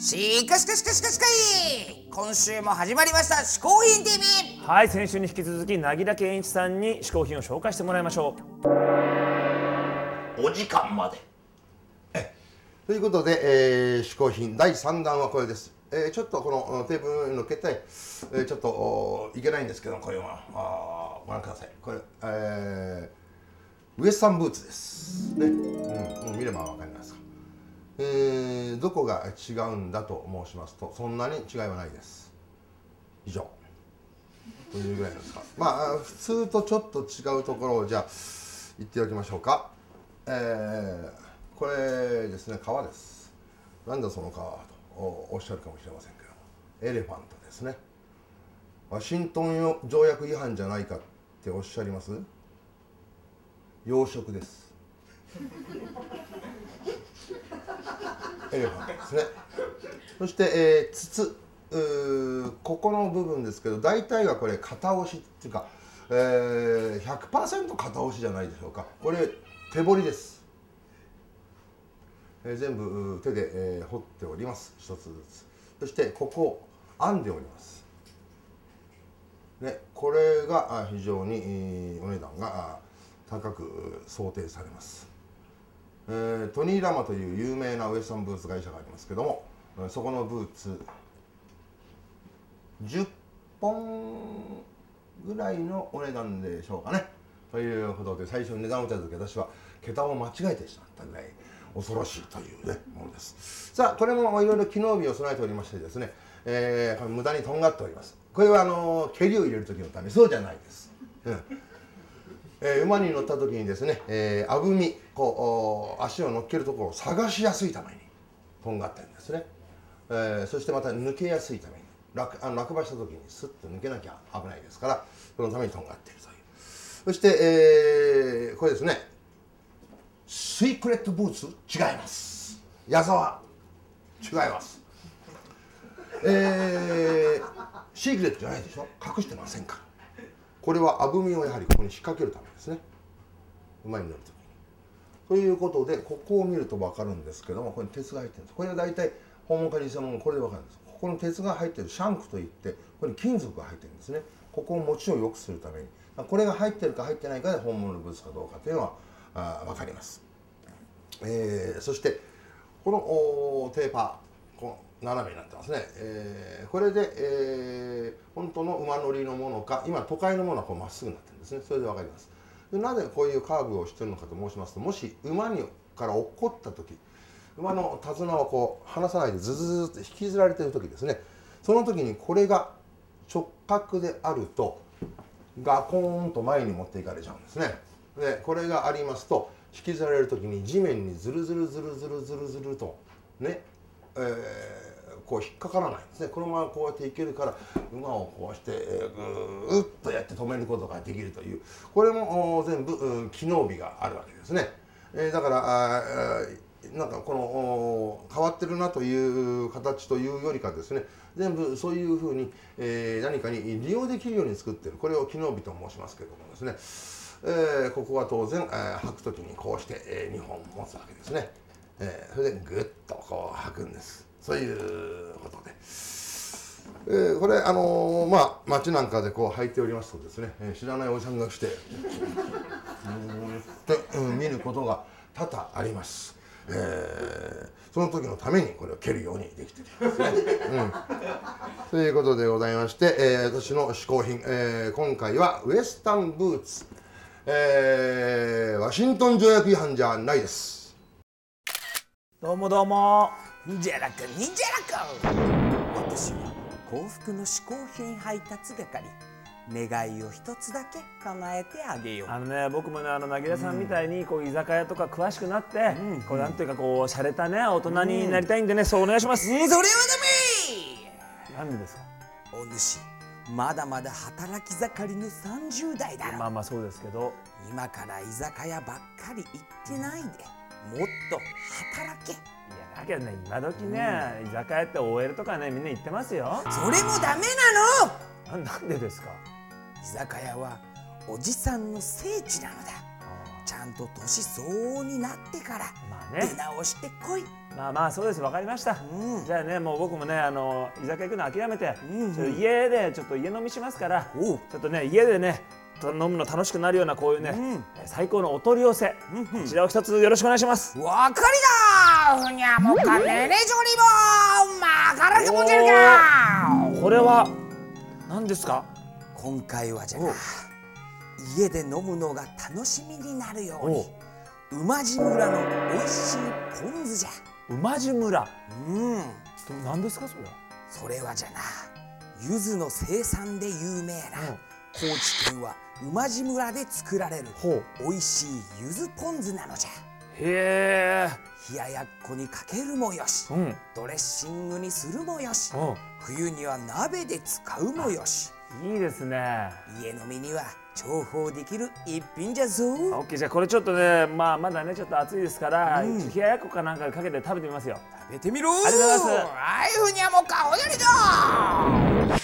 しか今週も始まりました嗜好品 TV。 はい、先週に引き続き凪良健一さんに嗜好品を紹介してもらいましょう。お時間までということで、嗜好品第3弾はこれです。ちょっとこのテーブルに乗っけて、ちょっといけないんですけど、これはご覧ください。これ、ウエスタンブーツですね。見ればわかりますか。どこが違うんだと申しますと、そんなに違いはないです。以上というぐらいですか。普通とちょっと違うところをじゃあ言っておきましょうか。これですね、革です。なんだその革とおっしゃるかもしれませんけども、エレファントですね。ワシントン条約違反じゃないかっておっしゃります？養殖です。エレファントですね。そして、筒、ここの部分ですけど、大体がこれ片押しっていうか、100% 片押しじゃないでしょうか。これ手彫りです。全部手で、彫っております。一つずつ。そしてここを編んでおります。ね、これが非常に、お値段が高く想定されます。トニーラマという有名なウエスタンブーツ会社がありますけども、そこのブーツ10本ぐらいのお値段でしょうかね。ということで、最初に値段を見た時、私は桁を間違えてしまったぐらい恐ろしいというねものです。さあ、これもいろいろ機能美を備えておりましてですね、これ無駄にとんがっております。これは蹴りを入れる時のため、そうじゃないです。馬に乗った時にですね、あぶみ、足を乗っけるところを探しやすいためにとんがってるんですね。そしてまた抜けやすいために、落馬した時にスッと抜けなきゃ危ないですから、そのためにとんがっているという。そして、これですね、シークレットブーツ、違います。矢沢、違います。シークレットじゃないでしょ、隠してませんから。これはあぶみをやはりここに引っ掛けるためですね、馬に乗るときに。ということで、ここを見ると分かるんですけども、ここに鉄が入ってるんです。これは大体本物か偽物、これで分かるんです。ここの鉄が入っているシャンクといって、ここに金属が入ってるんですね。ここを持ちを良くするために、これが入ってるか入ってないかで本物のブーツかどうかというのは分かります。そしてこのテーパー、この斜めになってますね。これで、本当の馬乗りのものか、今都会のものはまっすぐになってるんですね。それで分かります。で、なぜこういうカーブをしてるのかと申しますと、もし馬から落っこった時、馬の手綱を離さないでズズズって引きずられてる時ですね、その時にこれが直角であるとガコーンと前に持っていかれちゃうんですね。で、これがありますと、引きずられる時に地面にズルズルズルズルズルズルとね、こう引っかからないんですね。このままこうやっていけるから、馬をこうして、ぐーっとやって止めることができるという、これも全部機能美があるわけですね。だからなんかこの変わってるなという形というよりかですね、全部そういうふうに、何かに利用できるように作ってる、これを機能美と申しますけれどもですね、ここは当然、履くときにこうして、2本持つわけですね。それでぐっとこう履くんです。そういうことで、これ街なんかでこう履いておりますとですね、知らないおじさんが来て見ることが多々あります。その時のためにこれを蹴るようにできているんですね。ということでございまして、私の嗜好品、今回はウエスタンブーツ、ワシントン条約違反じゃないです。 どうもどうも。 忍者らくん、忍者らくん。私は幸福の嗜好品配達係。願いを一つだけ叶えてあげよう。 僕もね、凪良さんみたいに居酒屋とか詳しくなって、なんていうか洒落たね大人になりたいんでね、そうお願いします。 それはダメ。 なんでですか。 お主、まだまだ働き盛りの30代だろ。 まあそうですけど、 今から居酒屋ばっかり行ってないで、もっと働け。 いやだけどね、今時ね、居酒屋って OL とかね、みんな行ってますよ。 それもダメなの。 なんでですか。 居酒屋はおじさんの聖地なのだ。 ちゃんと年相応になってからまあね出直してこい。 まあそうです、わかりました、 うんじゃあね、もう僕もね居酒屋行くの諦めて、 うんちょっと家でちょっと家飲みしますから、 おうちょっとね家でね飲むの楽しくなるようなこういうね、 うん最高のお取り寄せ、こちらを一つよろしくお願いします。 わかりだふにゃもかねねじょりもまからかもじるか。 これは何ですか？ 今回はじゃな、家で飲むのが楽しみになるように馬路村の美味しいポン酢じゃ。 馬路村、 うん何ですかそれは？ それはじゃな、柚子の生産で有名な高知県は馬路村で作られるほう、 美味しい柚子ポン酢なのじゃ。 へ冷ややっこにかけるもよし、 え、うん、 ドレッシングにするもよし、 う冬には鍋で使うもよし、 ん、いいですね。 家飲みには重宝できる一品じゃぞ。 オッケー、じゃあこれちょっとね、まだねちょっと暑いですから、 うん冷ややっこかなんかかけて食べてみますよ。 食べてみろ。 ありがとうございますはいふにゃもかおやりだ。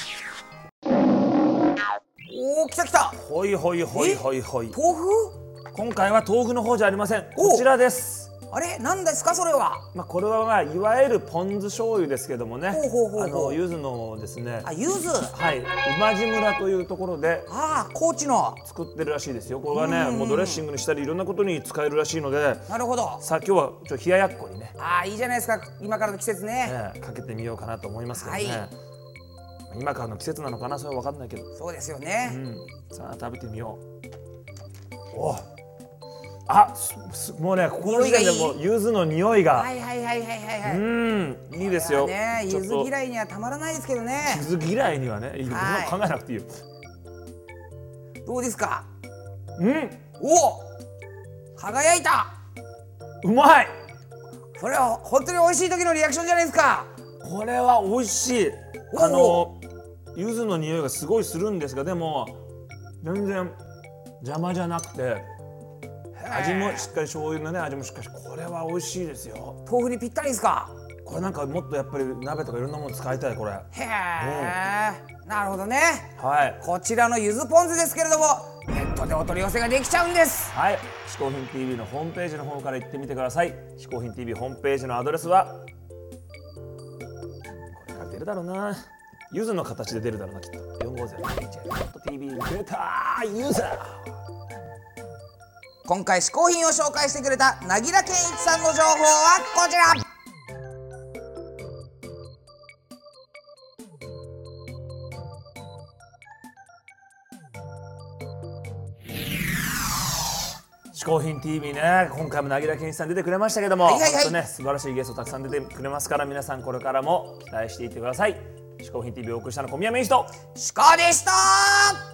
おー来た来た。 ほいほいほいほいほい。 豆腐？ 今回は豆腐の方じゃありません。 おこちらです。 あれ何ですかそれは。 これは、いわゆるポン酢醤油ですけどもね、 ほうほうほうほう柚子のですね、 あ、柚子。 はい馬路村というところでああ高知の。 作ってるらしいですよ。これはね、もうドレッシングにしたりいろんなことに使えるらしいので、 なるほど。 さあ今日はちょっと冷ややっこにね、 ああいいじゃないですか今からの季節ね。 かけてみようかなと思いますけどね、 はい今からの季節なのかな、それは分かんないけど、 そうですよね。 さあ食べてみよう。おあ、もうねこの時点でもう柚子の匂いが、 はいはいはいはいはいはい。 いいですよ。 ね柚ちょっと子嫌いにはたまらないですけどね。 柚子嫌いにはね、 はい考えなくていいよ。 どうですか。 うんお輝いた。 うまい。 それは本当に美味しい時のリアクションじゃないですか。 これは美味しい。 お柚子の匂いがすごいするんですが、でも全然邪魔じゃなくて、味もしっかり醤油のね味もしっかり、これは美味しいですよ。 豆腐にぴったりですか。 これなんかもっとやっぱり鍋とかいろんなもの使いたいこれ。 へえ、なるほどね。 はいこちらの柚子ポン酢ですけれどもネットでお取り寄せができちゃうんです。 はい、嗜好品 TV のホームページの方から行ってみてください。嗜好品 TV ホームページのアドレスはこれから出るだろうな、柚子の形で出るだろうなきっと。450.tv 出たー柚子。 今回嗜好品を紹介してくれたなぎら健一さんの情報はこちら。 嗜好品 TV ね、今回もなぎら健一さん出てくれましたけども、 はいはいはい本当ね素晴らしいゲストたくさん出てくれますから、皆さんこれからも期待していってください。嗜好品 TV をお送りしたの小宮メインとシカでした。